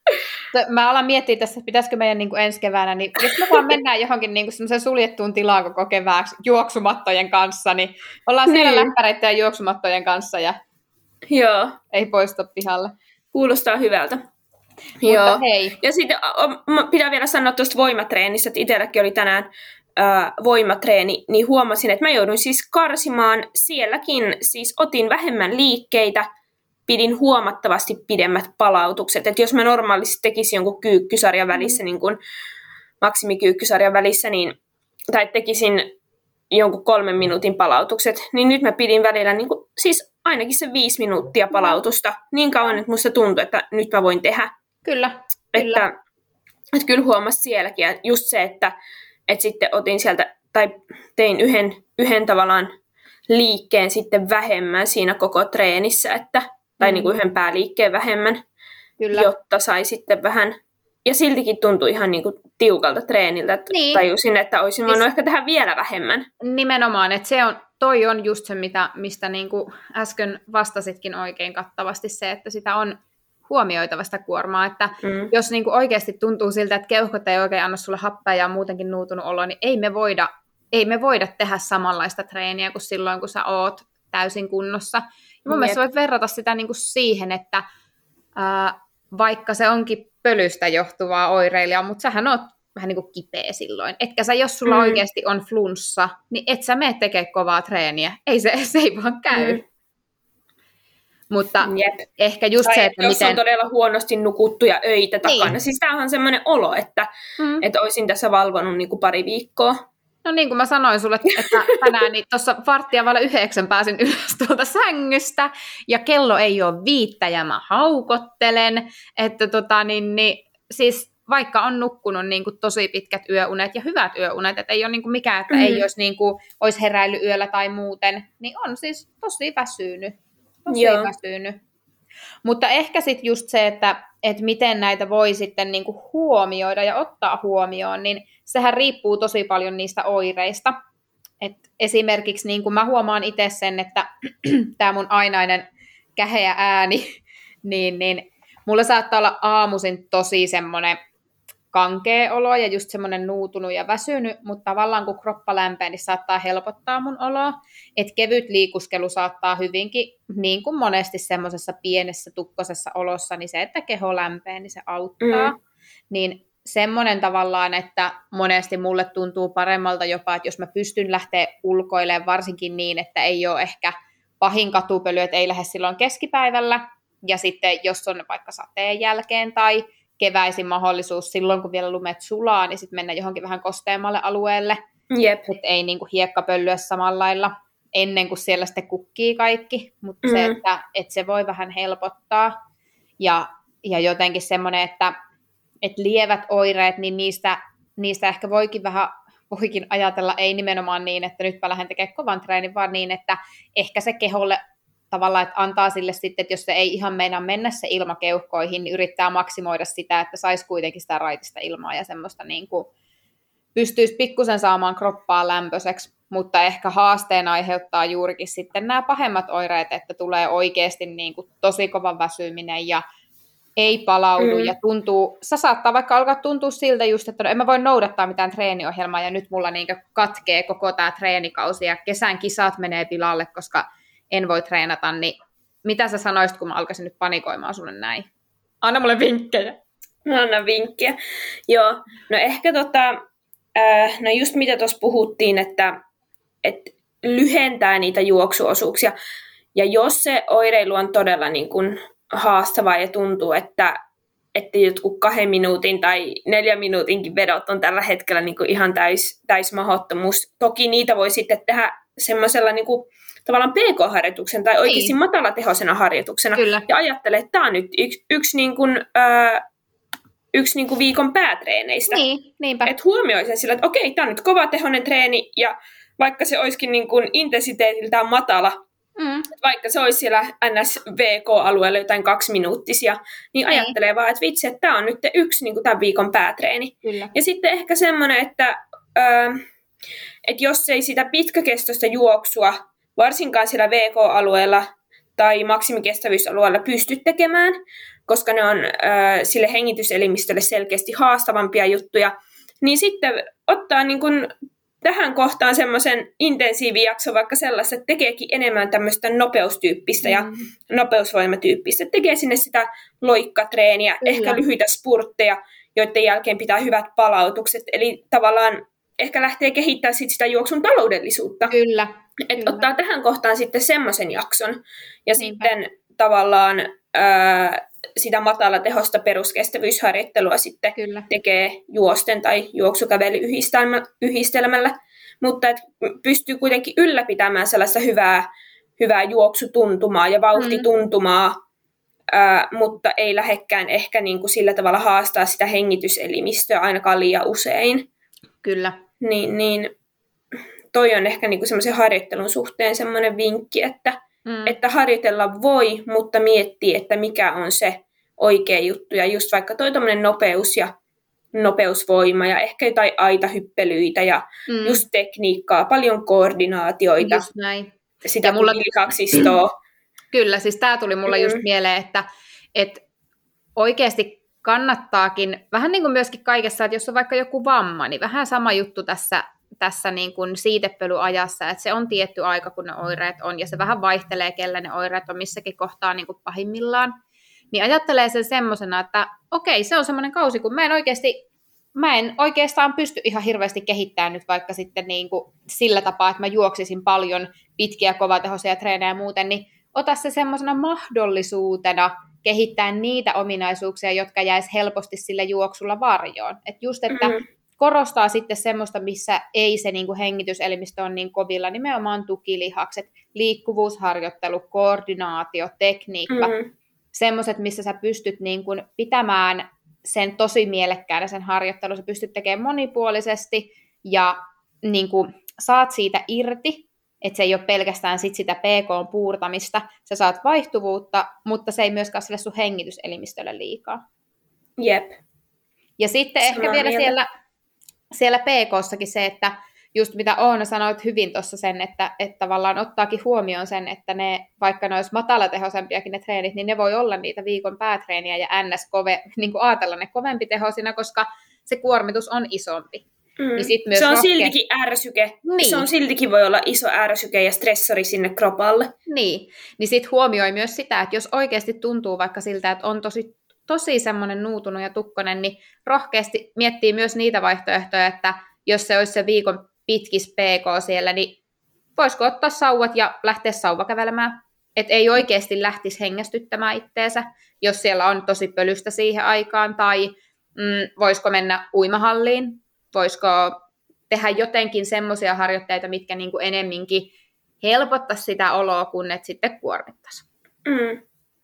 Mä alan miettiä tässä, että pitäisikö meidän niin kuin ensi keväänä, niin jos me vaan mennään johonkin niin kuin suljettuun tilaan koko kevääksi juoksumattojen kanssa, niin ollaan siellä Niin. läppäreiden ja juoksumattojen kanssa ja Joo. ei poistu pihalle. Kuulostaa hyvältä. Mutta Joo. hei. Ja sitten pitää vielä sanoa tuosta voimatreenistä, että itselläkin oli tänään ää, voimatreeni, niin huomasin, että mä jouduin siis karsimaan sielläkin, siis otin vähemmän liikkeitä, pidin huomattavasti pidemmät palautukset. Että jos mä normaalisti tekisin jonkun kyykkysarjan välissä, mm. niin kuin maksimikyykkysarjan välissä, niin, tai tekisin jonkun kolmen minuutin palautukset, niin nyt mä pidin välillä niin kuin, siis ainakin se viisi minuuttia palautusta, niin kauan, että musta tuntui, että nyt mä voin tehdä. Kyllä, Että, kyllä. että kyllä huomasi sielläkin, että just se, että, että sitten otin sieltä, tai tein yhden, yhden tavallaan liikkeen sitten vähemmän siinä koko treenissä, että, tai mm. niin kuin yhden pääliikkeen vähemmän, kyllä. Jotta sai sitten vähän, ja siltikin tuntui ihan niin kuin tiukalta treeniltä, että niin. Tajusin, että olisin voinut ehkä tehdä vielä vähemmän. Nimenomaan, että se on, toi on just se, mitä, mistä niin kuin äsken vastasitkin oikein kattavasti se, että sitä on huomioitava sitä kuormaa, että mm. jos niin kuin oikeasti tuntuu siltä, että keuhkot ei oikein anna sulle happea ja on muutenkin nuutunut olo, niin ei me voida, ei me voida tehdä samanlaista treeniä kuin silloin, kun sä oot täysin kunnossa. Ja mun Jep. mielestä voit verrata sitä niin kuin siihen, että ää, vaikka se onkin pölystä johtuvaa oireilijaa, mutta sähän oot vähän niin kuin kipeä silloin. Etkä sä, jos sulla mm. oikeasti on flunssa, niin et sä mene tekemään kovaa treeniä. Ei se, se ei vaan käy. Mm. Mutta Jep. ehkä just tai se, että jos miten... on todella huonosti nukuttuja öitä takana. Niin. Siis tämähän on semmoinen olo, että, mm. että olisin tässä valvonut niin kuin pari viikkoa. No niin kuin mä sanoin sulle, että tänään niin tuossa varttia vailla yhdeksän pääsin ylös tuolta sängystä, ja kello ei ole viittä, ja mä haukottelen, että tota niin, niin siis vaikka on nukkunut niin kuin tosi pitkät yöunet ja hyvät yöunet, että ei ole niin kuin mikään, että mm-hmm. ei olisi, niin kuin, olisi heräillyt yöllä tai muuten, niin on siis tosi väsynyt. Tosi Joo. väsynyt. Mutta ehkä sitten just se, että, että miten näitä voi sitten niin kuin huomioida ja ottaa huomioon, niin sehän riippuu tosi paljon niistä oireista. Et esimerkiksi niin kuin mä huomaan itse sen, että tämä mun ainainen käheä ääni, niin, niin mulla saattaa olla aamuisin tosi semmoinen kankea olo ja just semmoinen nuutunut ja väsynyt, mutta tavallaan kun kroppa lämpee, niin saattaa helpottaa mun oloa. Että kevyt liikuskelu saattaa hyvinkin, niin kuin monesti semmoisessa pienessä tukkosessa olossa, niin se, että keho lämpee, niin se auttaa. Mm. Niin semmoinen tavallaan, että monesti mulle tuntuu paremmalta jopa, että jos mä pystyn lähteä ulkoilemaan, varsinkin niin, että ei ole ehkä pahin katupöly, että ei lähde silloin keskipäivällä, ja sitten jos on vaikka sateen jälkeen tai keväisin mahdollisuus silloin, kun vielä lumet sulaa, niin sitten mennä johonkin vähän kosteammalle alueelle. Jep. Että ei niinku hiekkapöllyä samalla lailla ennen kuin siellä sitten kukkii kaikki. Mutta mm. se, että, että se voi vähän helpottaa. Ja, ja jotenkin semmoinen, että, että lievät oireet, niin niistä, niistä ehkä voikin vähän voikin ajatella, ei nimenomaan niin, että nytpä lähden tekemään kovan treenin, vaan niin, että ehkä se keholle tavallaan, että antaa sille sitten, että jos se ei ihan meinaa mennä se ilma keuhkoihin, niin yrittää maksimoida sitä, että saisi kuitenkin sitä raitista ilmaa ja semmoista niin kuin pystyisi pikkusen saamaan kroppaa lämpöiseksi, mutta ehkä haasteena aiheuttaa juurikin sitten nämä pahemmat oireet, että tulee oikeasti niin kuin tosi kova väsyminen ja ei palaudu mm. ja tuntuu, se saattaa vaikka alkaa tuntua siltä just, että no, en mä voi noudattaa mitään treeniohjelmaa ja nyt mulla niin kuin katkee koko tämä treenikausi ja kesän kisat menee pilalle, koska en voi treenata, niin mitä sä sanoisit, kun mä alkaisin nyt panikoimaan sulle näin? Anna mulle vinkkejä. No, anna vinkkiä. Joo, no ehkä tota, äh, no just mitä tuossa puhuttiin, että, että lyhentää niitä juoksuosuuksia. Ja jos se oireilu on todella niin kuin haastavaa ja tuntuu, että, että jotkut kahden minuutin tai neljän minuutinkin vedot on tällä hetkellä niin kuin ihan täys, täys mahdottomuus. Toki niitä voi sitten tehdä semmoisella niin kuin tavallaan P K-harjoituksen tai oikeasti niin. matalatehoisena harjoituksena. Kyllä. Ja ajattele, että tämä on nyt yksi, yksi, niin kuin, äh, yksi niin kuin viikon päätreeneistä. Niin, niinpä. Että huomioi sen sillä, että okei, tämä on nyt kovatehoinen treeni ja vaikka se olisikin niin kuin intensiteetiltään matala, mm. vaikka se olisi siellä N S V K-alueella jotain kaksiminuuttisia, niin Ei. ajattelee vaan, että vitsi, että tämä on nyt yksi niin kuin tämän viikon päätreeni. Kyllä. Ja sitten ehkä semmoinen, että, äh, että jos ei sitä pitkäkestoista juoksua varsinkaan siellä V K-alueella tai maksimikestävyysalueella pysty tekemään, koska ne on äh, sille hengityselimistölle selkeästi haastavampia juttuja, niin sitten ottaa niin kun tähän kohtaan semmoisen intensiivijakson, vaikka sellaista, että tekeekin enemmän tämmöistä nopeustyyppistä mm. ja nopeusvoimatyyppistä. Tekee sinne sitä loikkatreeniä, Kyllä. ehkä lyhyitä spurtteja, joiden jälkeen pitää hyvät palautukset. Eli tavallaan ehkä lähtee kehittämään sit sitä juoksun taloudellisuutta. Kyllä. Että ottaa tähän kohtaan sitten semmoisen jakson. Ja Niinpä. sitten tavallaan ää, sitä matalatehosta peruskestävyysharjoittelua sitten Kyllä. tekee juosten tai juoksukävelyyhdistelmällä. Mutta et pystyy kuitenkin ylläpitämään sellaista hyvää, hyvää juoksutuntumaa ja vauhtituntumaa, mm. ää, mutta ei lähdekään ehkä niinku sillä tavalla haastaa sitä hengityselimistöä ainakaan liian usein. Kyllä. Niin, niin toi on ehkä niinku semmoisen harjoittelun suhteen semmoinen vinkki, että, mm. että harjoitella voi, mutta miettii, että mikä on se oikea juttu. Ja just vaikka toi tommoinen nopeus ja nopeusvoima ja ehkä jotain aitahyppelyitä ja mm. just tekniikkaa, paljon koordinaatioita. Just näin. Sitä ja mulla lihaksistoa. Kyllä, siis tää tuli mulle mm. just mieleen, että, että oikeasti kannattaakin, vähän niin kuin myöskin kaikessa, että jos on vaikka joku vamma, niin vähän sama juttu tässä, tässä niin kuin siitepölyajassa, että se on tietty aika, kun ne oireet on, ja se vähän vaihtelee, kellä ne oireet on missäkin kohtaa niin kuin pahimmillaan. Niin ajattelee sen semmosena, että okei, se on semmoinen kausi, kun mä en oikeasti, mä en oikeastaan pysty ihan hirveästi kehittämään nyt vaikka sitten niin kuin sillä tapaa, että mä juoksisin paljon pitkiä kovatehoisia treenejä ja muuten, niin ota se semmoisena mahdollisuutena kehittää niitä ominaisuuksia, jotka jäisi helposti sillä juoksulla varjoon. Että just, että mm. korostaa sitten semmoista, missä ei se niin kuin hengityselimistö on niin kovilla, nimenomaan tukilihakset, liikkuvuusharjoittelu, koordinaatio, tekniikka, mm. semmoiset, missä sä pystyt niin kuin pitämään sen tosi mielekkäänä sen harjoittelun, sä pystyt tekemään monipuolisesti ja niin kuin saat siitä irti, että se ei ole pelkästään sit sitä P K:n puurtamista, sä saat vaihtuvuutta, mutta se ei myöskään sille sun hengityselimistölle liikaa. Jep. Ja sitten Samaa ehkä vielä siellä, siellä P K:ssakin se, että just mitä Oona sanoit hyvin tuossa sen, että, että tavallaan ottaakin huomioon sen, että ne, vaikka ne olisi matalatehoisempiakin ne treenit, niin ne voi olla niitä viikon päätreeniä ja ns. Kove, niin kuin ajatella ne kovempi tehosina, koska se kuormitus on isompi. Mm. Niin myös se on rohke... siltikin ärsyke. Niin. Se on siltikin voi olla iso ärsyke ja stressori sinne kropalle. Niin, niin sitten huomioi myös sitä, että jos oikeasti tuntuu vaikka siltä, että on tosi, tosi semmoinen nuutunut ja tukkonen, niin rohkeasti miettii myös niitä vaihtoehtoja, että jos se olisi se viikon pitkis P K siellä, niin voisiko ottaa sauvat ja lähteä sauvakävelemään? Että ei oikeasti lähtisi hengästyttämään itteensä, jos siellä on tosi pölystä siihen aikaan, tai mm, voisiko mennä uimahalliin, voisiko tehdä jotenkin semmoisia harjoitteita, mitkä niinku enemminkin helpottaisi sitä oloa, kun et sitten kuormittaisi. Mm.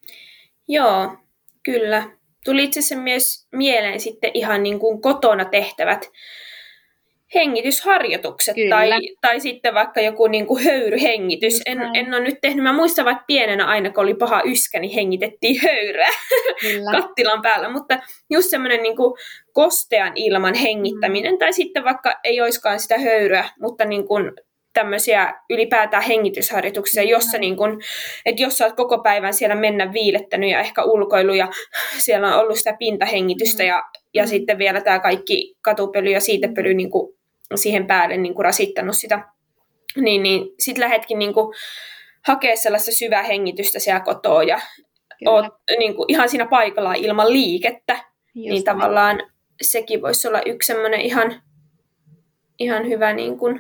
Joo, kyllä. Tuli itse asiassa myös mieleen sitten ihan niin kuin kotona tehtävät hengitysharjoitukset tai, tai sitten vaikka joku niin kuin höyryhengitys. En, en ole nyt tehnyt, mä muistan vaikka pienenä aina, kun oli paha yskä, niin hengitettiin höyryä kattilan päällä, mutta just semmoinen niin kuin kostean ilman hengittäminen, mm. tai sitten vaikka ei olisikaan sitä höyryä, mutta niin kuin tämmöisiä ylipäätään hengitysharjoituksia, mm. jossa niin kuin, että jos sä oot koko päivän siellä mennä viilettänyt ja ehkä ulkoilu ja siellä on ollut sitä pintahengitystä mm. ja, ja mm. sitten vielä tämä kaikki katupöly ja siitepöly niin kuin siihen päälle niin kuin rasittanut sitä, niin, niin sitten lähdetkin niin kuin hakea sellaista syvää hengitystä siellä kotoa ja oot niin kuin ihan siinä paikallaan ilman liikettä, just niin niin tavallaan sekin voisi olla yksi semmoinen ihan, ihan hyvä niin kuin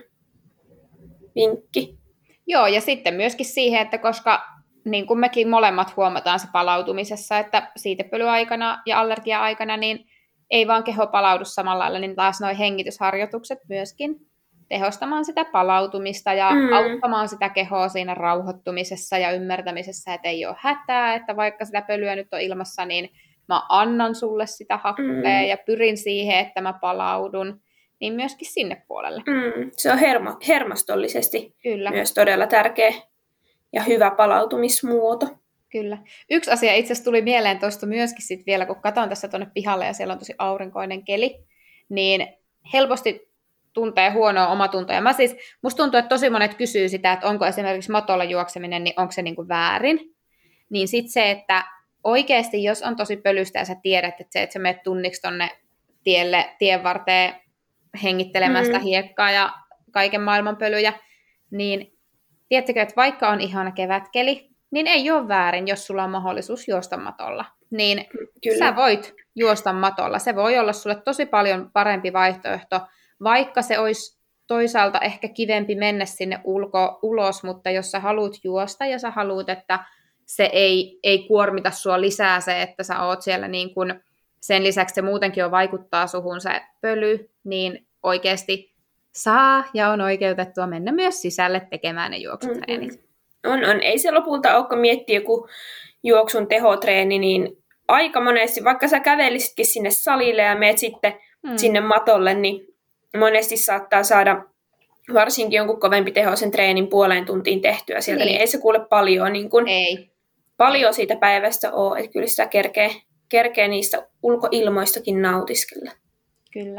vinkki. Joo, ja sitten myöskin siihen, että koska niin kuin mekin molemmat huomataan se palautumisessa, että siitepölyaikana ja allergia-aikana, niin ei vaan keho palaudu samalla lailla, niin taas nuo hengitysharjoitukset myöskin tehostamaan sitä palautumista ja mm. auttamaan sitä kehoa siinä rauhoittumisessa ja ymmärtämisessä, että ei ole hätää, että vaikka sitä pölyä nyt on ilmassa, niin mä annan sulle sitä happea mm. ja pyrin siihen, että mä palaudun, niin myöskin sinne puolelle. Mm. Se on hermo, hermostollisesti Kyllä. myös todella tärkeä ja hyvä palautumismuoto. Kyllä. Yksi asia itse asiassa tuli mieleen tuosta myöskin sit vielä, kun katson tässä tuonne pihalle ja siellä on tosi aurinkoinen keli, niin helposti tuntee huonoa omatuntoa. Mä siis, musta tuntuu, että tosi monet kysyy sitä, että onko esimerkiksi matolla juokseminen, niin onko se niinku väärin. Niin sitten se, että oikeasti, jos on tosi pölystä ja sä tiedät, että se, että sä menet tunniksi tonne tielle, tien varteen hengittelemään Mm. sitä hiekkaa ja kaiken maailman pölyjä, niin tiedättekö, että vaikka on ihana kevätkeli, niin ei ole väärin, jos sulla on mahdollisuus juosta matolla. Niin Kyllä. sä voit juosta matolla. Se voi olla sulle tosi paljon parempi vaihtoehto, vaikka se olisi toisaalta ehkä kivempi mennä sinne ulko, ulos, mutta jos sä haluat juosta ja sä haluat, että se ei, ei kuormita sua lisää se, että sä oot siellä niin kun, sen lisäksi se muutenkin jo vaikuttaa suhun se pöly, niin oikeasti saa ja on oikeutettua mennä myös sisälle tekemään ne juoksutreenit. Mm-hmm. On, on. Ei se lopulta ole, kun miettii joku juoksun tehotreeni, niin aika monesti, vaikka sä kävelisitkin sinne salille ja meet sitten mm. sinne matolle, niin monesti saattaa saada varsinkin jonkun kovempi tehoisen treenin puoleen tuntiin tehtyä sieltä, niin, niin ei se kuule paljon, niin kun, ei. paljon siitä päivästä ole, että kyllä sitä kerkee, kerkee niistä ulkoilmoistakin nautiskella. Kyllä.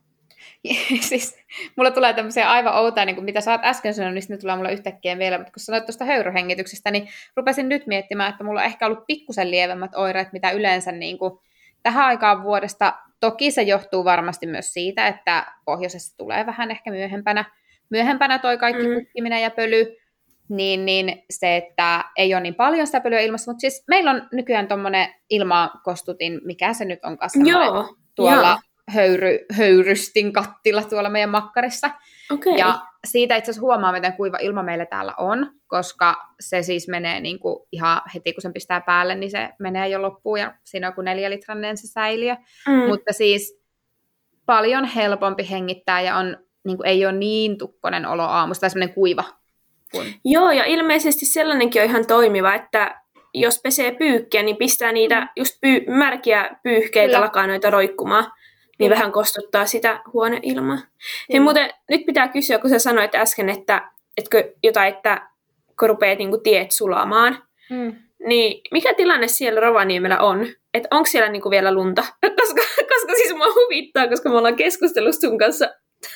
Siis, mulla tulee tämmöisiä aivan outoja, niin kuin mitä sä oot äsken sanonut, niin ne tulee mulle yhtäkkiä vielä, mutta kun sanoit tuosta höyryhengityksestä, niin rupesin nyt miettimään, että mulla on ehkä ollut pikkusen lievemmät oireet, mitä yleensä niin kuin tähän aikaan vuodesta. Toki se johtuu varmasti myös siitä, että pohjoisessa tulee vähän ehkä myöhempänä, myöhempänä toi kaikki mm. kukkiminen ja pöly, niin, niin se, että ei ole niin paljon sitä pölyä ilmassa, mutta siis meillä on nykyään tommonen ilmakostutin, mikä se nyt onkaan Joo, tuolla joo. Höyry, höyrystin kattila tuolla meidän makkarissa. Okay. Ja siitä itse asiassa huomaa, miten kuiva ilma meillä täällä on, koska se siis menee niin kuin ihan heti, kun sen pistää päälle, niin se menee jo loppuun, ja siinä on kuin neljä litrannen se säiliö. Mm. Mutta siis paljon helpompi hengittää, ja on, niin kuin, ei ole niin tukkonen olo aamusta, tai semmoinen kuiva. Kun... Joo, ja ilmeisesti sellainenkin on ihan toimiva, että jos pesee pyykkiä, niin pistää niitä just pyy- märkiä pyyhkeitä, Kyllä. lakanoita roikkumaan. Niin vähän kostuttaa sitä huoneilmaa. Mm. Hei, muuten nyt pitää kysyä, kun sä sanoit äsken, että, etkö jotain, että kun rupeat niin kuin tiet sulamaan, mm. niin mikä tilanne siellä Rovaniemellä on? Että onko siellä niin kuin vielä lunta? Koska, koska siis mua huvittaa, koska me ollaan keskustellut sun kanssa,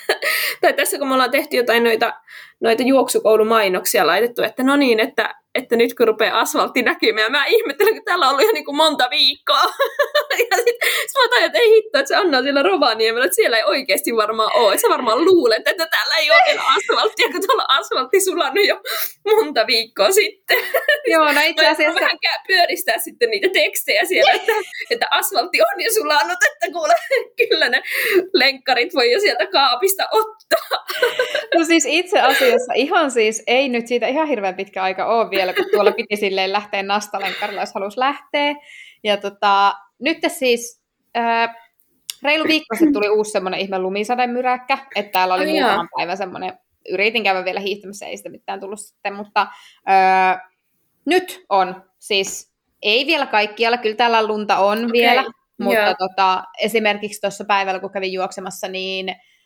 tai tässä kun me ollaan tehty jotain noita, noita juoksukoulumainoksia laitettu, että no niin, että, että nyt kun rupeaa asfaltti näkymään, ja mä ihmettelen, kun täällä on ollut ihan niin kuin monta viikkoa. Ja sitten sit mä tajuin, että ei hitto, että se Anna on siellä Rovaniemellä, että siellä ei oikeasti varmaan ole. Sä varmaan luulet, että täällä ei ole vielä asfalttia, kun tuolla asfaltti sulannut jo monta viikkoa sitten. Joo, no itse asiassa... Vähän pyöristää sitten niitä tekstejä siellä, että, että asfaltti on jo sulannut, että kuule, kyllä ne lenkkarit voi jo sieltä kaapista ottaa. No siis itse asiassa ihan siis ei nyt siitä ihan hirveän pitkä aika ole vielä, kun tuolla piti silleen lähteä nastalenkkarilla, jos halusi lähteä. Ja tota, nyt siis äh, reilu viikko sitten tuli uusi semmoinen ihme lumisademyräkkä, että täällä oli oh, muutaman päivän semmoinen, yritin käydä vielä hiihtämässä, ei sitä mitään tullut sitten, mutta äh, nyt on siis, ei vielä kaikkialla, kyllä täällä lunta on okay. vielä, mutta tota, esimerkiksi tuossa päivällä, kun kävin juoksemassa, niin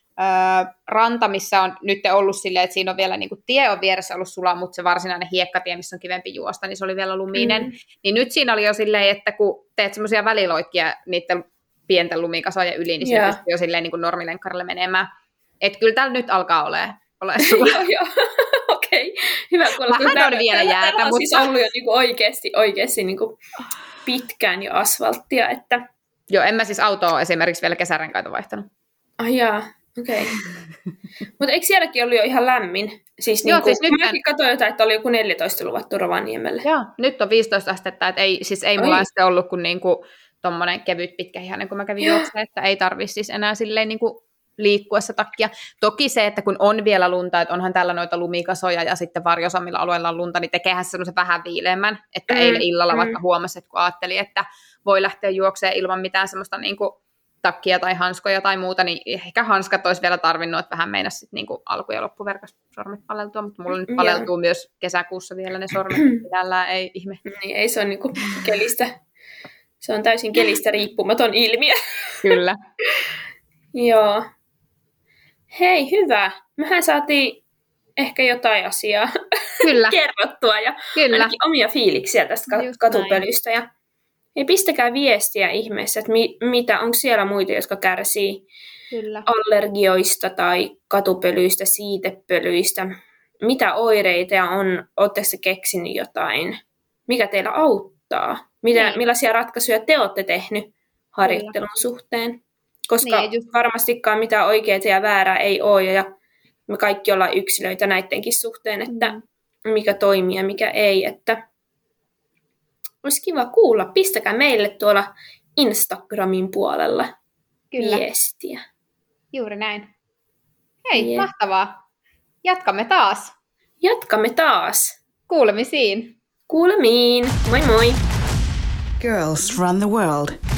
Öö, ranta, missä on nyt ollut silleen, että siinä on vielä niin kuin, tie on vieressä ollut sula, mutta se varsinainen hiekkatie, missä on kivempi juosta, niin se oli vielä luminen. Mm. Niin nyt siinä oli jo silleen, että kun teet semmoisia väliloikkia niiden pienten lumikasojen yli, niin yeah. se pystyy jo silleen niin kuin normilenkkarille menemään. Että kyllä täällä nyt alkaa olemaan ole sula. Joo, joo. Okei. Okay. Hyvä kuulla. Vähän on vielä jäätä. Täällä on mutta... siis ollut jo niin kuin oikeasti, oikeasti niin kuin pitkään jo asfalttia. Että... Joo, en mä siis autoa esimerkiksi vielä kesärenkaita vaihtanut. Ah jaa. Okei. Okay. Mutta eikö sielläkin ollut jo ihan lämmin? Siis, Joo, niinku, siis nyt mäkin katsoin jotain, että oli joku neljätoista luvattu Rovaniemelle. Joo, nyt on viisitoista astetta, että ei, siis ei mulla sitten ollut kuin niinku tommonen kevyt pitkähihainen, kun mä kävin juoksemaan, että ei tarvitse siis enää silleen niinku liikkuessa takia. Toki se, että kun on vielä lunta, että onhan täällä noita lumikasoja ja sitten varjosammilla alueilla on lunta, niin tekeehän se semmoisen vähän viileämmän, että mm, eilen illalla mm. vaikka huomasi, että kun ajattelin, että voi lähteä juoksemaan ilman mitään semmoista niinku takkia tai hanskoja tai muuta, niin ehkä hanskat olisi vielä tarvinnut, että vähän meinasi sitten niinku alku- ja loppuverkas sormet paleltua, mutta mulla nyt paleltuu yeah. myös kesäkuussa vielä ne sormet, pidällään ei ihme. Niin, ei se ole niinku kelistä, se on täysin kelistä riippumaton ilmiö. Kyllä. Joo. Hei, hyvä. Mehän saatiin ehkä jotain asiaa Kyllä. kerrottua ja Kyllä. ainakin omia fiiliksiä tästä Just katupölystä ja ja pistäkää viestiä ihmeessä, että mi- mitä, onko siellä muita, jotka kärsii Kyllä. allergioista tai katupölyistä, siitepölyistä. Mitä oireita on, ootteko te keksinyt jotain? Mikä teillä auttaa? mitä, niin. millaisia ratkaisuja te olette tehnyt harjoittelun Kyllä. suhteen. Koska niin, just... varmastikaan mitään oikeaa ja väärää ei ole, ja me kaikki ollaan yksilöitä näidenkin suhteen, että mm. mikä toimii ja mikä ei. Että olisi kiva kuulla. Pistäkää meille tuolla Instagramin puolella Kyllä. viestiä. Juuri näin. Hei, yeah. mahtavaa. Jatkamme taas. Jatkamme taas. Kuulemisiin. Kuulemiin. Moi moi. Girls run the world.